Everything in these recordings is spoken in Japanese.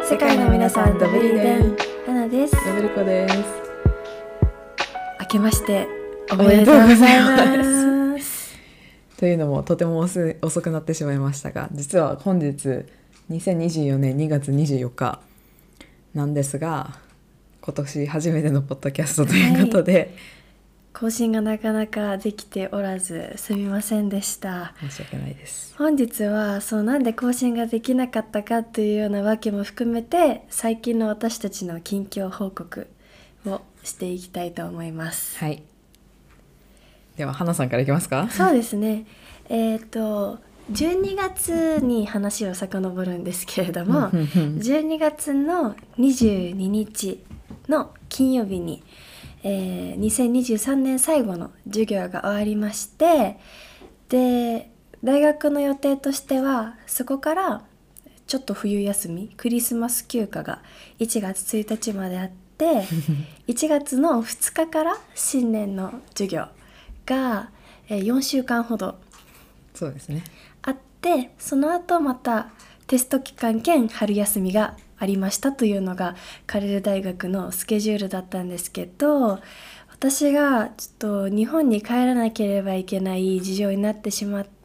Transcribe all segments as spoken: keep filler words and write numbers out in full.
世界の皆さん、ドブリデン花です。 ダブルコです。 明けましておめでとうございますというのもとても遅遅くなってしまいましたが、実は本日にせんにじゅうよねんにがつにじゅうよっかなんですが、今年初めてのポッドキャストということで、はい、 更新がなかなかできておらずすみませんでした。 申し訳ないです。 本日はそうなんで更新ができなかったかというようなわけも含めて、最近の私たちの近況報告をしていきたいと思います。 はい、では花さんからいきますか。 そうですね、えっとじゅうにがつに話を遡るんですけれどもじゅうにがつのにじゅうににちの金曜日に、えー、にせんにじゅうさんねん最後の授業が終わりまして、で大学の予定としてはそこからちょっと冬休み、クリスマス休暇がいちがつついたちまであっていちがつのふつかから新年の授業がよんしゅうかんほどそうですねあって、その後またテスト期間兼春休みがありましたというのがカレル大学のスケジュールだったんですけど、私がちょっと日本に帰らなければいけない事情になってしまって、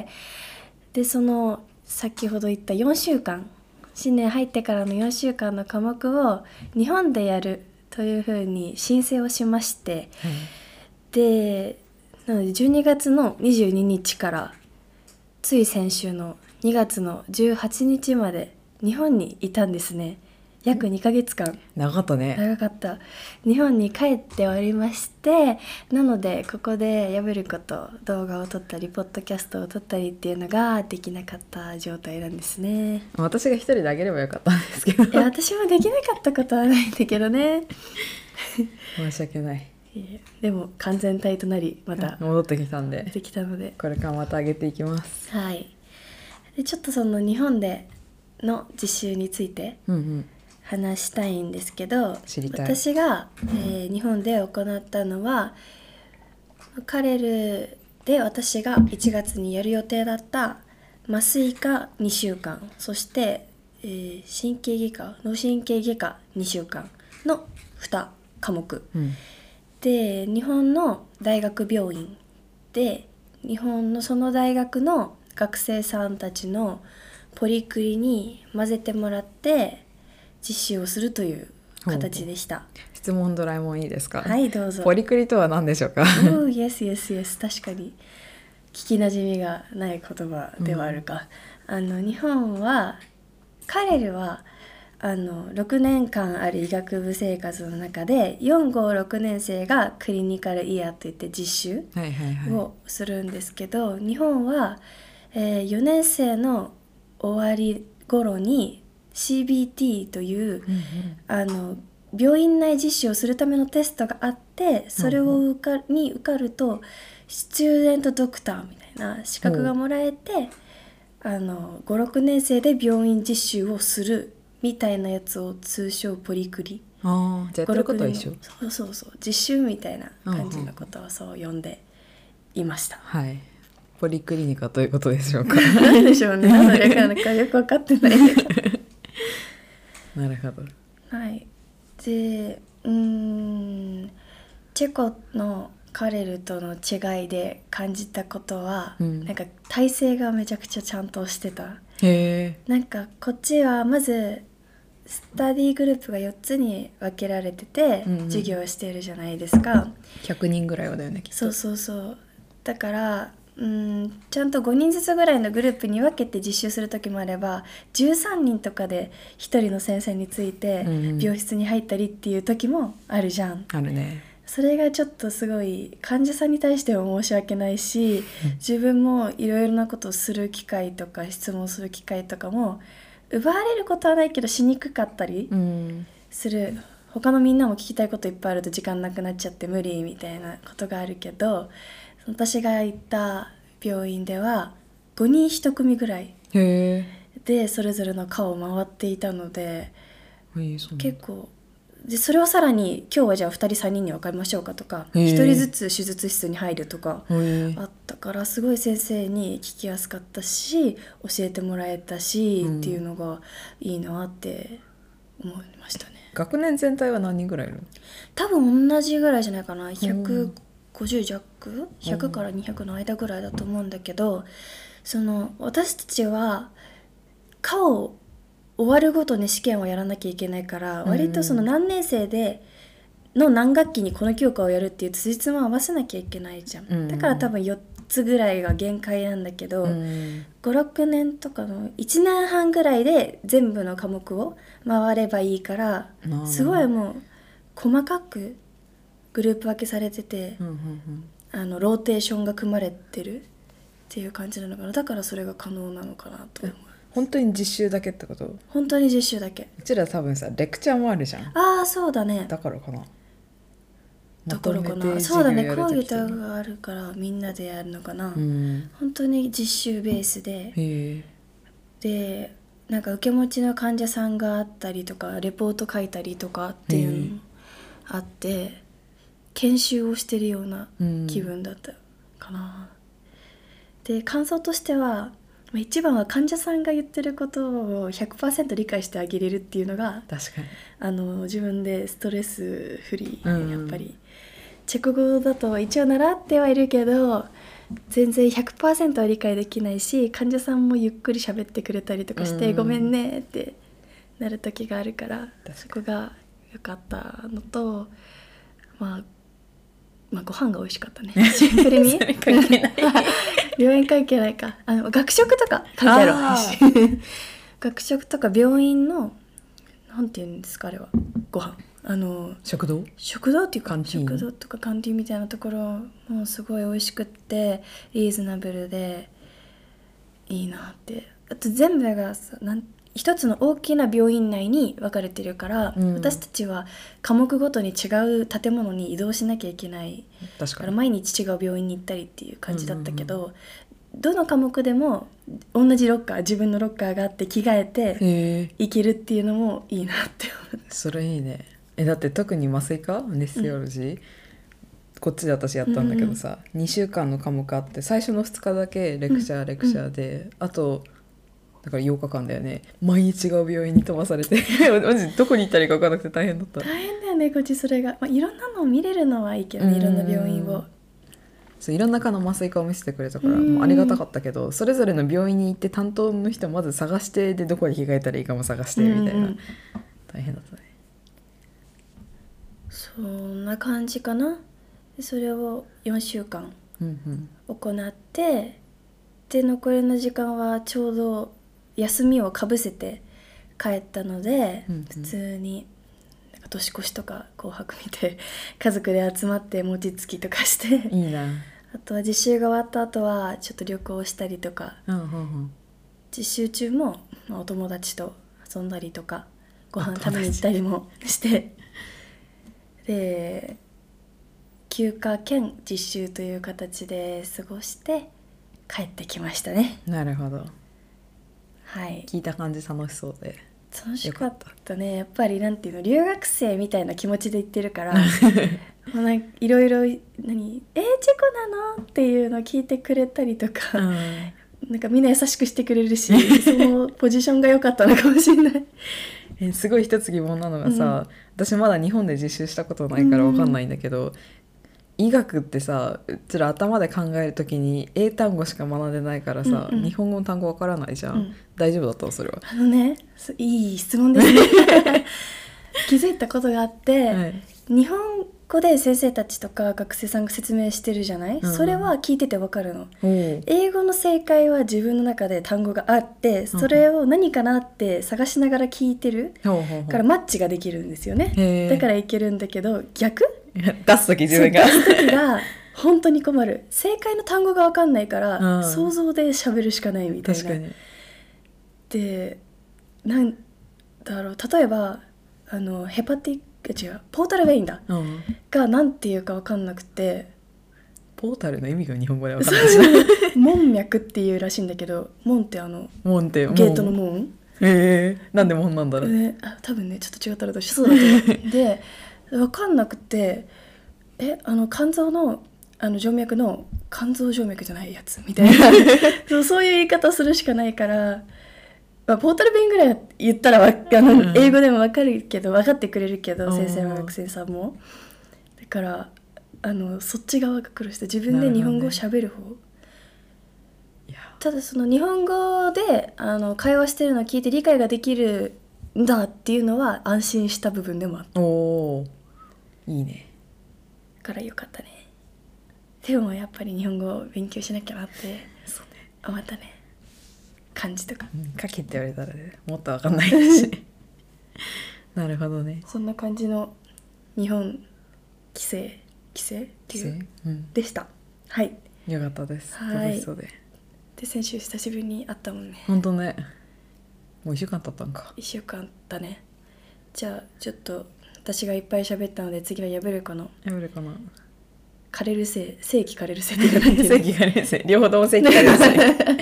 でその先ほど言ったよんしゅうかん、新年入ってからのよんしゅうかんの科目を日本でやるというふうに申請をしまして、 うん、 でなのでじゅうにがつのにじゅうににちからつい先週のにがつのじゅうはちにちまで日本にいたんですね。約にかげつかん。 長かったね。 長かった。日本に帰っておりまして、なのでここでやぶること動画を撮ったりポッドキャストを撮ったりっていうのができなかった状態なんですね。 私が一人であげればよかったんですけど。 いや私もできなかったことはないんだけどね申し訳ない。 でも完全体となりまた戻ってきたんでできたので、 これからまた上げていきます。 はい。でちょっとその日本での実習について話したいんですけど、うんうん、 知りたい。 私が、えー、日本で行ったのはカレルで私がいちがつにやる予定だった麻酔科にしゅうかん、そして、えー、神経外科脳神経外科にしゅうかんのにかもく、うん、で日本の大学病院で日本のその大学の学生さんたちのポリクリに混ぜてもらって実習をするという形でした。 質問ドラえもんいいですか。 はいどうぞ。 ポリクリとは何でしょうか。 oh, yes, yes, yes 確かに聞きなじみがない言葉ではあるか、うん、あの日本はカレルはあのろくねんかんある医学部生活の中でよん、ご、ろくねん生がクリニカルイヤーといって実習をするんですけど、はいはいはい、日本は、えー、よねん生の終わり頃に シービーティー という、うんうん、あの病院内実習をするためのテストがあって、それを受か、うんうん、に受かるとスチューデントドクターみたいな資格がもらえて、うん、あのご、ろくねん生で病院実習をするみたいなやつを通称ポリクリ。 ああ、じゃあやってることは一緒。 そうそうそう、実習みたいな感じのことをそう呼んでいました。 うんうん、はい。ポリクリニカということでしょうか。 何でしょうね。何の略なのかよく分かってないけど。 なるほど。 はい。で、うーん、チェコのカレルとの違いで感じたことは、うん、なんか体制がめちゃくちゃちゃんとしてた。 へー。 なんかこっちはまずスタディグループがよっつに分けられてて、うんうん、授業をしているじゃないですか。 ひゃくにんぐらいはだよねきっと。 そうそうそう。だからうんちゃんとごにんずつぐらいのグループに分けて実習する時もあればじゅうさんにんとかでひとりの先生について病室に入ったりっていう時もあるじゃん、うん、 あるね。 それがちょっとすごい患者さんに対しても申し訳ないし、自分もいろいろなことをする機会とか質問する機会とかも奪われることはないけどしにくかったりする、うん、他のみんなも聞きたいこといっぱいあると時間なくなっちゃって無理みたいなことがあるけど、私が行った病院ではごにんいち組ぐらいでそれぞれの科を回っていたので、結構でそれをさらに今日はじゃあふたりさんにんに分かりましょうかとかひとりずつ手術室に入るとかあったからすごい先生に聞きやすかったし教えてもらえたし、うん、っていうのがいいなって思いましたね。 学年全体は何人ぐらいいるの？ 多分同じぐらいじゃないかな。ひゃくごじゅう弱、ひゃくからにひゃくの間ぐらいだと思うんだけど、その私たちは科を終わるごとに試験をやらなきゃいけないから、割とその何年生での何学期にこの教科をやるっていう辻褄を合わせなきゃいけないじゃん、うん、だから多分よっつぐらいが限界なんだけど、うん、ごろくねんとかのいちねんはんぐらいで全部の科目を回ればいいから、すごいもう細かくグループ分けされてて、うんうんうん、あのローテーションが組まれてるっていう感じなのかな。だからそれが可能なのかなと思う。 本当に実習だけってこと？ 本当に実習だけ。 うちら多分さレクチャーもあるじゃん。 ああそうだね。 だからかな。 だからかな。そうだね。講義とかがあるからみんなでやるのかな。うん、本当に実習ベースで。へでなんか受け持ちの患者さんがあったりとかレポート書いたりとかっていうのもあって研修をしてるような気分だったかな。うん、で感想としては。一番は患者さんが言ってることを ひゃくパーセント 理解してあげれるっていうのが確かにあの自分でストレスフリー、うん、やっぱりチェコ語だと一応習ってはいるけど全然 ひゃくパーセント は理解できないし、患者さんもゆっくり喋ってくれたりとかして、うん、ごめんねってなる時があるからそこが良かったのと、まあまあ、ご飯が美味しかったね。シンプルに関係ない病院関係ないか。あの学食とか関係ある学食とか病院のなんていうんですかあれはご飯あの食堂食堂っていうか食堂とかカンティーンみたいなところもすごい美味しくってリーズナブルでいいなって。あと全部がさなん一つの大きな病院内に分かれてるから、うん、私たちは科目ごとに違う建物に移動しなきゃいけない確かにから毎日違う病院に行ったりっていう感じだったけど、うんうんうん、どの科目でも同じロッカー自分のロッカーがあって着替えて行けるっていうのもいいなって思う。 それいいね。えだって特に麻酔科アネステオロジー、うん、こっちで私やったんだけどさ、うんうん、にしゅうかんの科目あって最初のふつかだけレクチャーレクチャーで、うんうん、あとだからようかかんだよね。毎日違う病院に飛ばされてマジどこに行ったらいいか分からなくて大変だった。 大変だよねこっちそれが、まあ、いろんなのを見れるのはいいけどね、いろんな病院をそういろんな科の麻酔科を見せてくれたからもうありがたかったけど、それぞれの病院に行って担当の人をまず探してでどこに着替えたらいいかも探してみたいな、うんうん、大変だったね。 そんな感じかな。でそれをよんしゅうかん行って、うんうん、で残りの時間はちょうど休みをかぶせて帰ったので、うんうん、普通になんか年越しとか紅白見て家族で集まって餅つきとかしていいな。 あとは実習が終わった後はちょっと旅行したりとか、うんうんうん、実習中も、まあ、お友達と遊んだりとかご飯食べに行ったりもしてで休暇兼実習という形で過ごして帰ってきましたね。 なるほど。 はい、 聞いた感じ楽しそうで楽しかったね。やっぱりなんていうの留学生みたいな気持ちで言ってるからいろいろ何えー、チェコなのっていうのを聞いてくれたりとか、うん、なんかみんな優しくしてくれるしそのポジションが良かったのかもしれないえすごい一つ疑問なのがさ、うん、私まだ日本で実習したことないから分かんないんだけど、うん医学ってさうちら頭で考えるときに英単語しか学んでないからさ、うんうん、日本語の単語わからないじゃん、うん、大丈夫だったのそれは。 あのねいい質問ですね気づいたことがあって、はい、日本語で先生たちとか学生さんが説明してるじゃない、うん、それは聞いててわかるの、うん、英語の正解は自分の中で単語があってそれを何かなって探しながら聞いてる、うん、からマッチができるんですよね。だからいけるんだけど逆出すとき自分が出すときが本当に困る。正解の単語が分かんないから、うん、想像で喋るしかないみたいな。 確かに。 でなんだろう例えばあのヘパティック違うポータルベインだ、うん、がなんていうか分かんなくてポータルの意味が日本語で分かんないしな門脈っていうらしいんだけど門ってあの門ってゲートの門へえー、なんで門なんだろう、 ね、あ多分ねちょっと違ったらどうしそうだと思うで分かんなくてえあの肝臓のあの静脈の肝臓静脈じゃないやつみたいなそう、そういう言い方するしかないからまあ、ポータル弁ぐらい言ったらわあの、 うん英語でも分かるけど分かってくれるけど、 うん先生も学生さんもだからあのそっち側が苦労して自分で日本語を喋る方、 いやただその日本語であの会話してるのを聞いて理解ができるんだっていうのは安心した部分でもあったおーいいね。 からよかったね。でもやっぱり日本語を勉強しなきゃなってそうね、 思ったね。漢字とかうん、書けって言われたら、ね、もっと分かんないしなるほどね。 そんな感じの日本規制規制っていううんでした。はい。 よかったです。 はい楽しそうで。 で先週久しぶりに会ったもんね。 ほんとね、もういっしゅうかん経ったんか。 いっしゅうかんだね。じゃあちょっと私がいっぱい喋ったので次は破るかのやめるかな。 枯れるせい正規枯れるせいって言わない正規がせい、両方とも正規がせい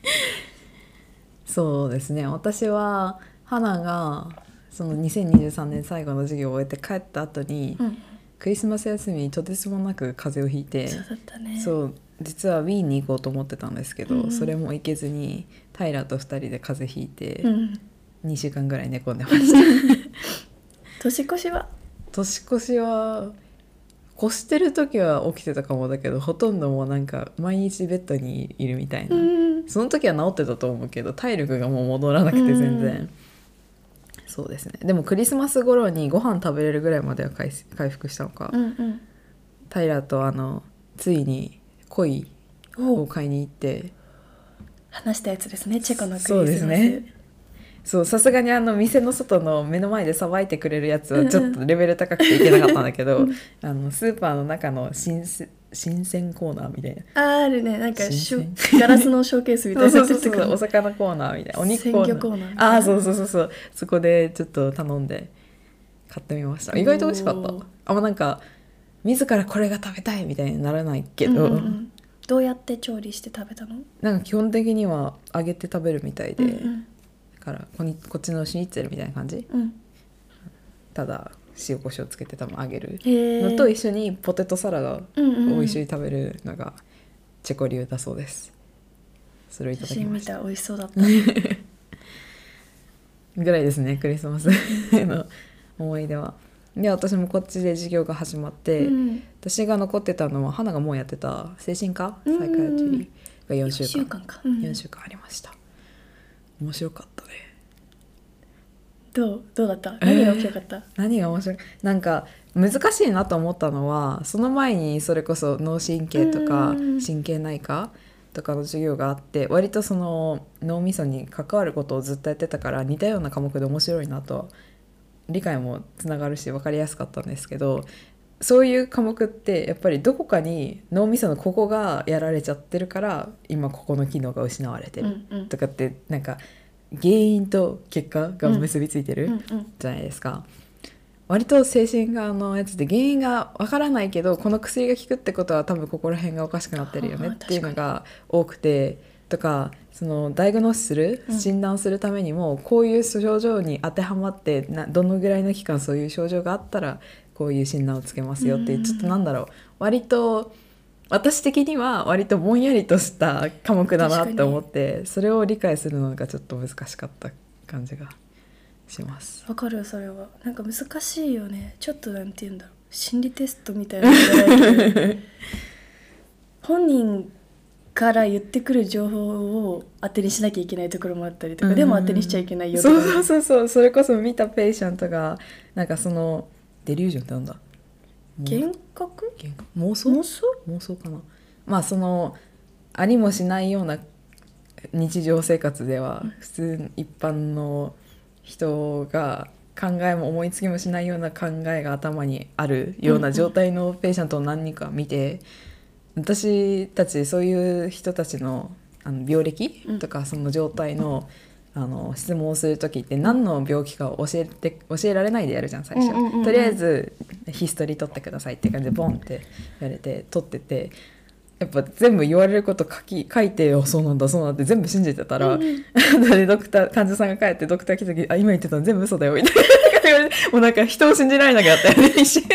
そうですね、私は花がそのにせんにじゅうさんねん最後の授業を終えて帰った後に、 うん、 クリスマス休みにとてつもなく風邪をひいて、 そうだったね。 そう実はウィーンに行こうと思ってたんですけど、 うんうんそれも行けずに平とふたりで風邪ひいて、 うん、 にしゅうかんぐらい寝込んでました年越しは年越しは越してる時は起きてたかもだけど、ほとんどもうなんか毎日ベッドにいるみたいな、 うんその時は治ってたと思うけど体力がもう戻らなくて全然、 うんそうですね。でもクリスマス頃にご飯食べれるぐらいまでは回回復したのか、 うんうん平とあのついに鯉を買いに行って話したやつですね、チェコのクリスマス。 そうですね。そうさすがにあの店の外の目の前でさばいてくれるやつはちょっとレベル高くていけなかったんだけど、あのスーパーの中の新鮮新鮮コーナーみたいな、 ああるね、なんかしょ新ガラスのショーケースみたいなそうそうそうやつとかそう、お魚コーナーみたいな、お肉コーナー、 鮮魚コーナーみたいなああそうそうそうそう、そこでちょっと頼んで買ってみました。意外と美味しかったおー。 あんまなんか自らこれが食べたいみたいにならないけど、 うんうんうん、どうやって調理して食べたの？ なんか基本的には揚げて食べるみたいで、 うんうんだからこにこっちのシュニッツェルみたいな感じ、 うん、 ただ塩コショウつけて多分揚げるへーのと一緒にポテトサラダうんうんうんを一緒に食べるのがチェコ流だそうです。それをいただ写真見きましたた、美味しそうだったぐらいですね、クリスマスの思い出は。で私もこっちで授業が始まって、 うん私が残ってたのは花がもうやってた精神科うんサイカヤトリーがよんしゅうかんよんしゅうかんか、うんよんしゅうかんありました。面白かったね。 どうどうだった？何が面白かった？ 何が面白い、なんか難しいなと思ったのは、その前にそれこそ脳神経とかうん神経内科とかの授業があって、割とその脳みそに関わることをずっとやってたから似たような科目で面白いなと、理解もつながるし分かりやすかったんですけど、そういう科目ってやっぱりどこかに脳みそのここがやられちゃってるから今ここの機能が失われてるうんうんとかって、なんか原因と結果が結びついてる、 うんうんじゃないですか。割と精神科のやつで原因がわからないけどこの薬が効くってことは多分ここら辺がおかしくなってるよねあーっていうのが多くて、とかそのダイグノーシスするうん診断するためにもこういう症状に当てはまってなどのぐらいの期間そういう症状があったらこういう診断をつけますよっていう、 うんちょっとなんだろう、割と私的には割とぼんやりとした科目だなって思って、それを理解するのがちょっと難しかった感じがします。 わかる。それはなんか難しいよね。ちょっとなんて言うんだろう、心理テストみたいなのじゃないけど本人から言ってくる情報を当てにしなきゃいけないところもあったりとか、 うんでも当てにしちゃいけないよとか、 そうそうそうそう、それこそ見たペイシャントがなんかそのデリュージョンってなんだ、 幻覚幻覚妄想妄想妄想かな、まあそのありもしないような日常生活では普通一般の人が考えも思いつきもしないような考えが頭にあるような状態のペイシャントを何人か見て、私たちそういう人たちの、あの病歴うんとかその状態の、あの質問をする時って何の病気かを教えて教えられないでやるじゃん最初、 うんうんうんうんとりあえずヒストリー取ってくださいって感じでボンって言われて取ってて、やっぱ全部言われること書き書いて、あそうなんだそうなんだって全部信じてたら、 うんうんでドクター患者さんが帰ってドクター来た時、あ今言ってたの全部嘘だよみたいな言われて、もうなんか人を信じられなくなったよね一瞬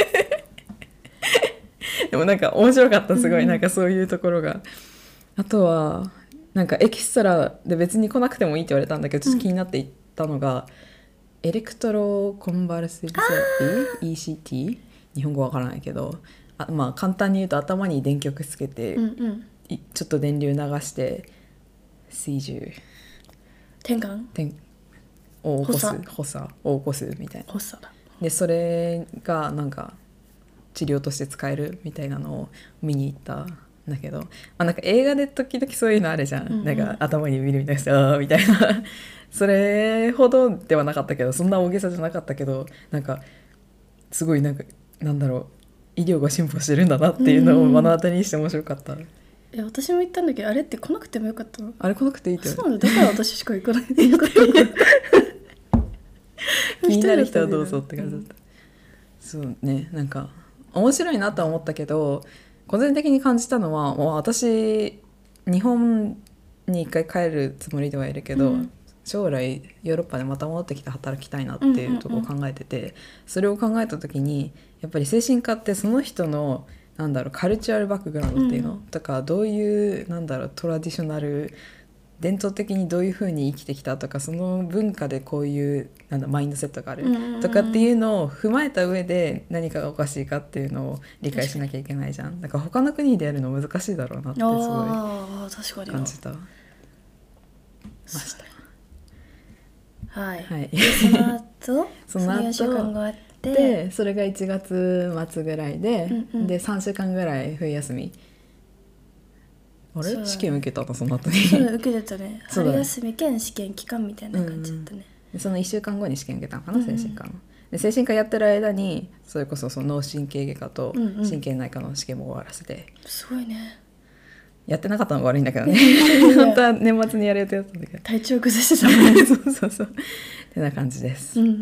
でもなんか面白かった、すごい、 うんなんかそういうところが。あとはなんかエキストラで別に来なくてもいいって言われたんだけどちょっと気になって行ったのが、うん、エレクトロコンバルシブセラピー イーシーティー 日本語わからないけど、あ、まあ、簡単に言うと頭に電極つけて、 うんうん、 ちょっと電流流して水中転換を起こす発作を起こすみたいな。 発作だ。 でそれがなんか治療として使えるみたいなのを見に行ったんだけど、あ、なんか映画で時々そういうのあるじゃん、うんうん、なんか頭に見るみたいなみたいなそれほどではなかったけど、そんな大げさじゃなかったけど、なんかすごいなんかなんだろう、医療が進歩してるんだなっていうのを目の当たりにして面白かった。 いや私も言ったんだけど、あれって来なくてもよかったの？ あれ来なくていいって。 そうなんだ、だから私しか行かないでよかったの気になる人はどうぞって感じだった、うん、そうね、なんか面白いなとは思ったけど、個人的に感じたのは、もう私日本に一回帰るつもりではいるけど、うん、将来ヨーロッパでまた戻ってきて働きたいなっていうところを考えてて、うんうんうん、それを考えた時にやっぱり精神科ってその人のなんだろうカルチュアルバックグラウンドっていうの、うん、とかどういうなんだろうトラディショナル伝統的にどういう風に生きてきたとか、その文化でこういうなんだマインドセットがあるとかっていうのを踏まえた上で何かがおかしいかっていうのを理解しなきゃいけないじゃん。だから他の国でやるの難しいだろうなってすごい感じたました。 はい、 はい、 その後その後よんしゅうかんがあって、 でそれがいちがつ末ぐらいで、 うんうん、 でさんしゅうかんぐらい冬休み。あれ、ね、試験受けたのその後に。 そう受けてたね。春休み兼試験期間みたいな感じだったね、 うん、でそのいっしゅうかんごに試験受けたのかな、精神科の。で精神科やってる間にそれこそその脳神経外科と神経内科の試験も終わらせて、うんうん、すごいね。 やってなかったのが悪いんだけどね本当は年末にやる予定だったんだけど体調崩してたもんねそうそうそうってな感じです、 うんうん、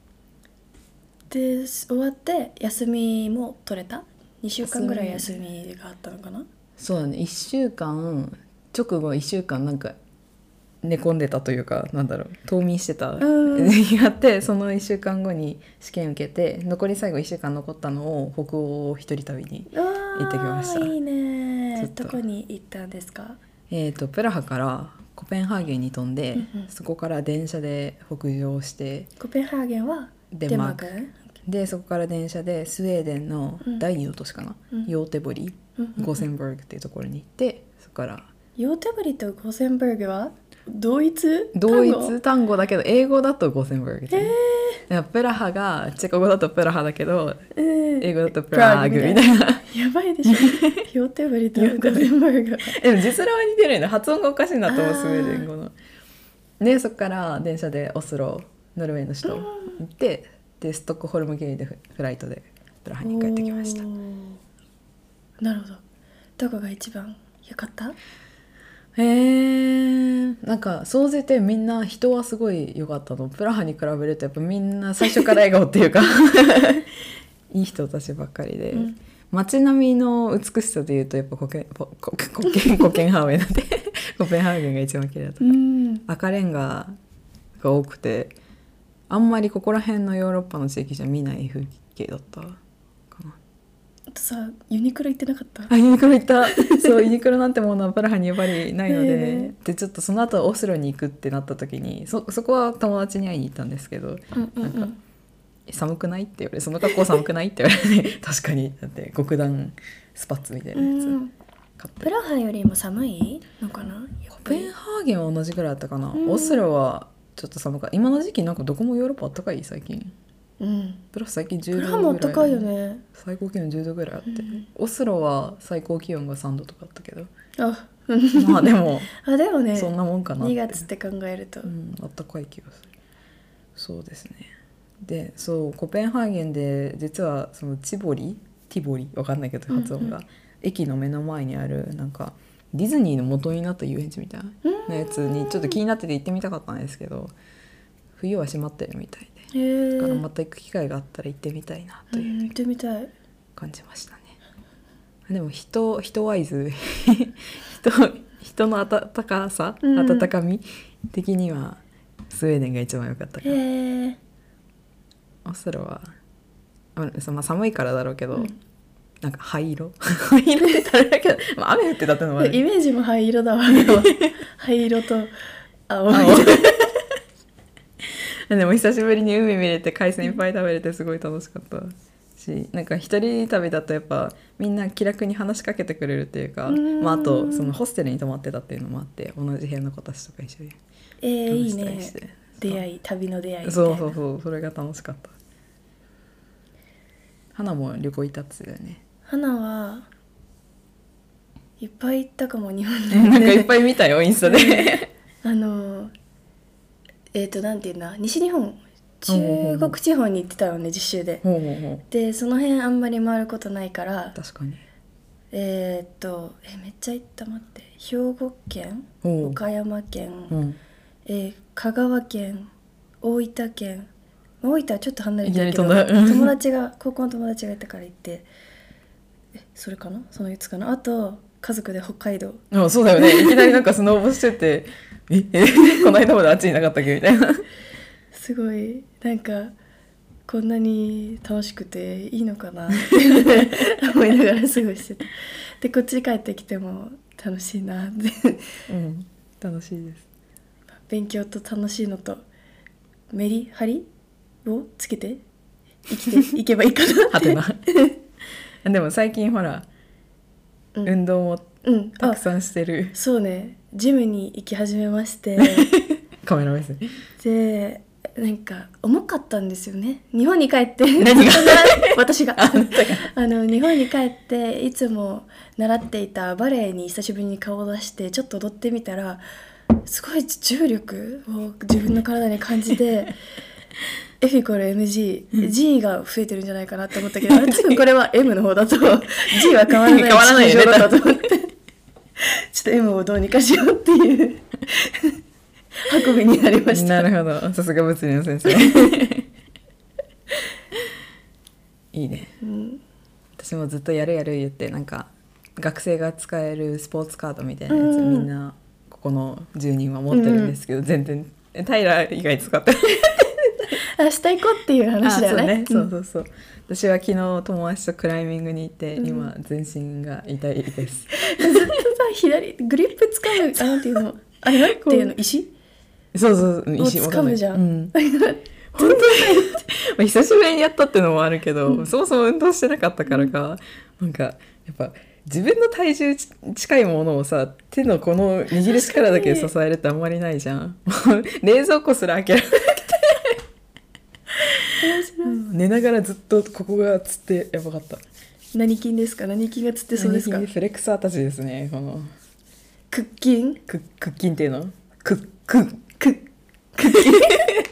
で終わって休みも取れた？にしゅうかんぐらい休みがあったのかな。 そうだね、いっしゅうかん直後いっしゅうかんなんか寝込んでたというか、なんだろう冬眠してたやって、そのいっしゅうかんごに試験受けて、残り最後いっしゅうかん残ったのを北欧を一人旅に行ってきました。 いいね。どこに行ったんですか？ えーとプラハからコペンハーゲンに飛んで、 うんうん、 そこから電車で北上して、 コペンハーゲンはデンマークで、そこから電車でスウェーデンの第二の都市かな、うん、ヨーテボリ、うんうんうん、ゴーセンブルグっていうところに行って、そこからヨーテボリとゴーセンブルグは同一同一単語だけど、英語だとゴーセンブルグですね。だからプラハがチェコ語だとプラハだけど、えー、英語だとプラハグみたいな。 やばいでしょヨーテボリとゴーセンブルグでも字面は似てるよね。発音がおかしいなと思う、スウェーデン語の。でそこから電車でオスロ、ノルウェーの首都行って、でストックホルム経由でフライトでプラハに帰ってきました。 なるほど。どこが一番良かった？ へー、なんか総じてみんな人はすごい良かったの。プラハに比べるとやっぱみんな最初から笑顔っていうかいい人たちばっかりで、うん、街並みの美しさでいうとやっぱコケココケコケンコケンハーゲンなんでコペンハーゲンが一番綺麗だった、うん、赤レンガが多くて、あんまりここら辺のヨーロッパの地域じゃ見ない風景だったかな。 あとさ、ユニクロ行ってなかった？ あ、ユニクロ行ったそうユニクロなんてものはプラハにやっぱりないので、えー、でちょっとその後オスロに行くってなった時に そ, そこは友達に会いに行ったんですけど、うんうんうん、なんか寒くないって言われて、その格好寒くないって言われて確かにだって極暖スパッツみたいなやつ、うん、 買って。プラハよりも寒いのかな。 コペンハーゲンは同じぐらいだったかな、うん、オスロはちょっと寒かった。今の時期なんかどこもヨーロッパあったかい最近。うん、プラス最近じゅうどぐらい、プラハもあったかいよね。最高気温じゅうどぐらいあって、うん、オスロは最高気温がさんどとかあったけど、あまあでもあでもね、 そんなもんかなって。 にがつって考えると、 うん、あったかい気がする。そうですね。でそうコペンハーゲンで実はそのチボリティボリわかんないけど発音が、うんうん、駅の目の前にあるなんかディズニーの元になった遊園地みたいなやつにちょっと気になってて行ってみたかったんですけど、冬は閉まってるみたいで、だからまた行く機会があったら行ってみたいなという、 うん、行ってみたい感じましたね。でも人人ワイズ人, 人の温かさ、うん、温かみ的にはスウェーデンが一番良かったから、オスロは、まあ、寒いからだろうけど、うん、 なんか灰色灰色って言ったらあれだけど、まあ、雨降ってたってのもある。 イメージも灰色だわ灰色と青いでも久しぶりに海見れて海鮮いっぱい食べれてすごい楽しかったし、なんか一人旅だとやっぱみんな気楽に話しかけてくれるっていうか、まあ、あとそのホステルに泊まってたっていうのもあって同じ部屋の子たちとか一緒にえー、いい話したりね。 して出会い旅の出会いみたいな。 そうそうそう、それが楽しかった。花も旅行行ったっつうよね。 花はいっぱい行ったかも日本でなんかいっぱい見たよインスタであのえっ、ー、となんていうんだ、西日本中国地方に行ってたのね、実習で。 ほうほうほう。 でその辺あんまり回ることないから、 確かに。 えー、っとえめっちゃ行った、待って、兵庫県、 おう岡山県、 うんえー香川県、大分県、大分はちょっと離れてるけいきどなり飛んだ友達が高校の友達がいたから行って、えそれかな、そのいつかな。あと家族で北海道。 あ、そうだよね。いきなりなんかスノーボーしててええこの間まであっちにいなかったっけみたいな。 すごいなんかこんなに楽しくていいのかなって思いながら過ごしてた。でこっちに帰ってきても楽しいなってうん楽しいです。 勉強と楽しいのとメリハリをつけて生きていけばいいかなってはてなでも最近ほら、 うん、 運動もうんたくさんしてる。 そうね、ジムに行き始めましてカメラ目線。 でなんか重かったんですよね、日本に帰って何が私があんたがあの日本に帰っていつも習っていたバレエに久しぶりに顔を出してちょっと踊ってみたらすごい重力を自分の体に感じてF イコール エムジー、G が増えてるんじゃないかなと思ったけど、あれ多分これは M の方だと G は変わらない、 変わらないよね地球上だと思ってちょっと M をどうにかしようっていう運びになりました。 なるほど、さすが物理の先生いいね、 うん、 私もずっとやるやる言ってなんか学生が使えるスポーツカードみたいなやつ、 うん、 みんなここのじゅうにんは持ってるんですけど、うん、全然平以外使ってない明日行こうっていう話だよね。 そうそうそう、うん、私は昨日友達とクライミングに行って、うん、今全身が痛いです。 ずっとさ左グリップ掴む、あなんていうの、あれなんていうの、石そうそう石を掴むじゃん、うん、 本当に久しぶりにやったっていうのもあるけど、うん、そもそも運動してなかったからか、うん、なんかやっぱ自分の体重近いものをさ手のこの握る力だけで支えるってあんまりないじゃん。冷蔵庫すら開けられなくて寝ながらずっとここがつってやばかった。 何筋ですか？何筋がつってそうですか？ フレクサーたちですね。この屈筋屈筋っていうのクックックックッ筋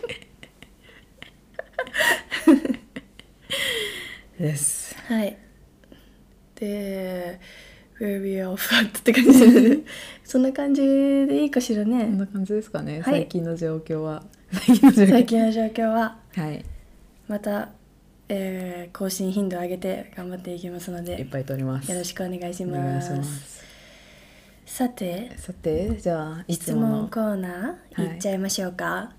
です。 はい。で Where we are at って感じでそんな感じでいいかしらね。 そんな感じですかね、はい、最近の状況は最近の状況ははいまた、えー、更新頻度を上げて頑張っていきますのでいっぱい撮ります。 よろしくお願いします。 お願いします。 さてさてじゃあ質問コーナーいっちゃいましょうか、はい、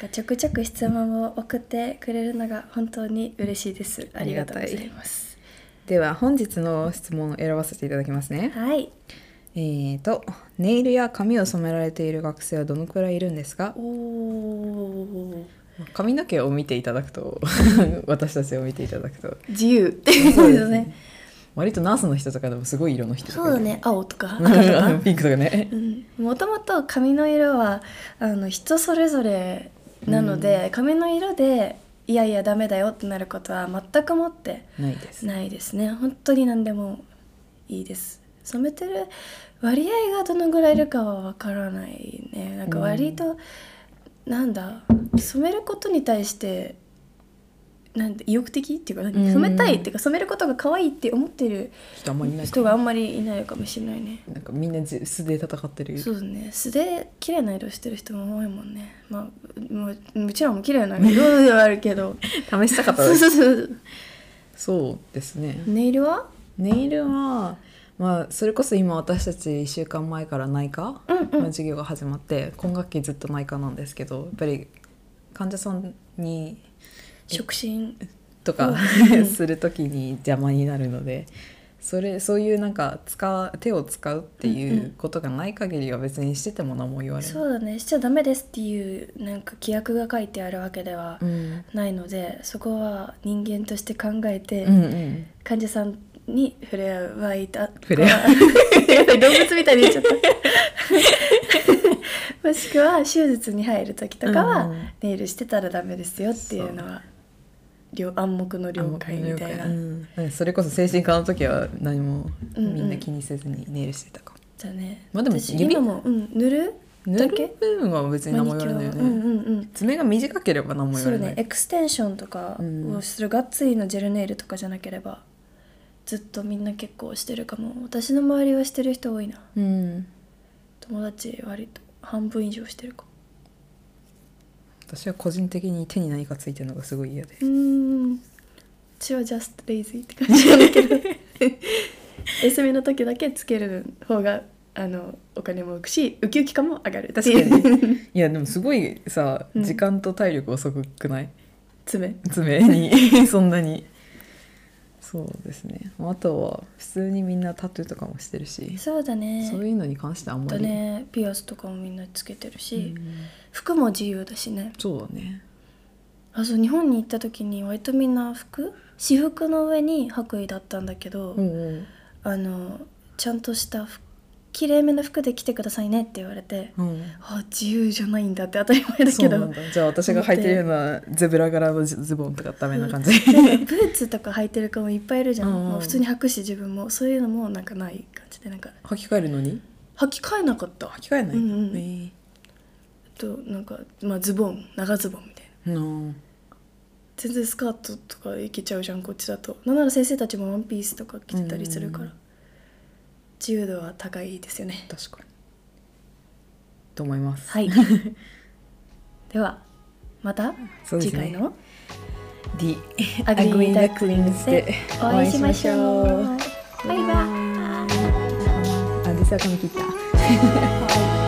ちょくちょく質問を送ってくれるのが本当に嬉しいです。ありがとうございます。 では本日の質問を選ばせていただきますね。 はい。 えーとネイルや髪を染められている学生はどのくらいいるんですか？お髪の毛を見ていただくと私たちを見ていただくと自由ってそうですね。 割とナースの人とかでもすごい色の人とか、 そうだね、青とか赤とかピンクとかね。 もともと髪の色はあの人それぞれなので、うん、髪の色でいやいやダメだよってなることは全くもってないです。 ないですね。本当に何でもいいです。染めてる割合がどのぐらいいるかはわからないね。なんか割と、うん、なんだ染めることに対してなんで意欲的っていうか、染めたいっていうか染めることが可愛いって思ってる人があんまりいないかもしれないね。 なんかみんな素で戦ってる。 そうですね、素で綺麗な色してる人も多いもんね。まあもううちらも綺麗な色ではあるけど試したかったです。そうそうそうそうですね。 ネイルはネイルはまあ、それこそ今私たちいっしゅうかんまえから内科の授業が始まって、うんうん、今学期ずっと内科なんですけど、やっぱり患者さんに触診とかうんする時に邪魔になるので、それそういうなんか使う手を使うっていうことがない限りは別にしてても何も言われない。 そうだね、しちゃダメですっていうなんか規約が書いてあるわけではうんないので、そこは人間として考えて、 うんうん、 患者さんに触れ合う場合だ触れ合うやっぱり動物みたいに言っちゃったもしくは手術に入る時とかは、 うんうんネイルしてたらダメですよっていうのは了暗黙の了解みたいな、 うんうん、それこそ精神科の時は何もうんうんみんな気にせずにネイルしてたかも。 だね。 まあでも私指今も、うん、塗る塗るだけ部分は別に何も言われないよね、 マニキュア、うんうんうん、 爪が短ければ何も言われない。 そうね、エクステンションとかをする、がっつりのジェルネイルとかじゃなければずっとみんな結構してるかも。私の周りはしてる人多いな。 うん友達割と半分以上してるかも。 私は個人的に手に何かついてるのがすごい嫌で、 うーん、私はジャストレイジーって感じなんだけど休みの時だけつける方があのお金も浮くしウキウキ感も上がるって確いうかにいやでもすごいさ、 うん時間と体力遅くない？ 爪爪にそんなに。そうですね。あとは普通にみんなタトゥーとかもしてるし、 そうだね。 そういうのに関してあんまり、 だね、ピアスとかもみんなつけてるし、 うん服も自由だしね。 そうだね。 あ、そう、日本に行った時に割とみんな服私服の上に白衣だったんだけど、 うんうん、 あのちゃんとした服きれいめな服で来てくださいねって言われて、 うん、 あ、自由じゃないんだって当たり前だけど、 そうなんだ。じゃあ私が履いてるようなゼブラ柄のズボンとかダメな感じ、 でもブーツとか履いてる子もいっぱいいるじゃん、 うんうんもう普通に履くし自分もそういうのもなんかない感じで、なんか履き替えるのに履き替えなかった。 履き替えない、 うんうんえーとなんか、まあ、ズボン長ズボンみたいな、 の全然スカートとかいけちゃうじゃんこっちだと。なんなら先生たちもワンピースとか着てたりするから、 うん自由度は高いですよね。 確かにと思います。 はいではまたそうですね次回の The Ugly Ducklings でお会いしましょう。バイバイ。 あ、実際髪切った。 はい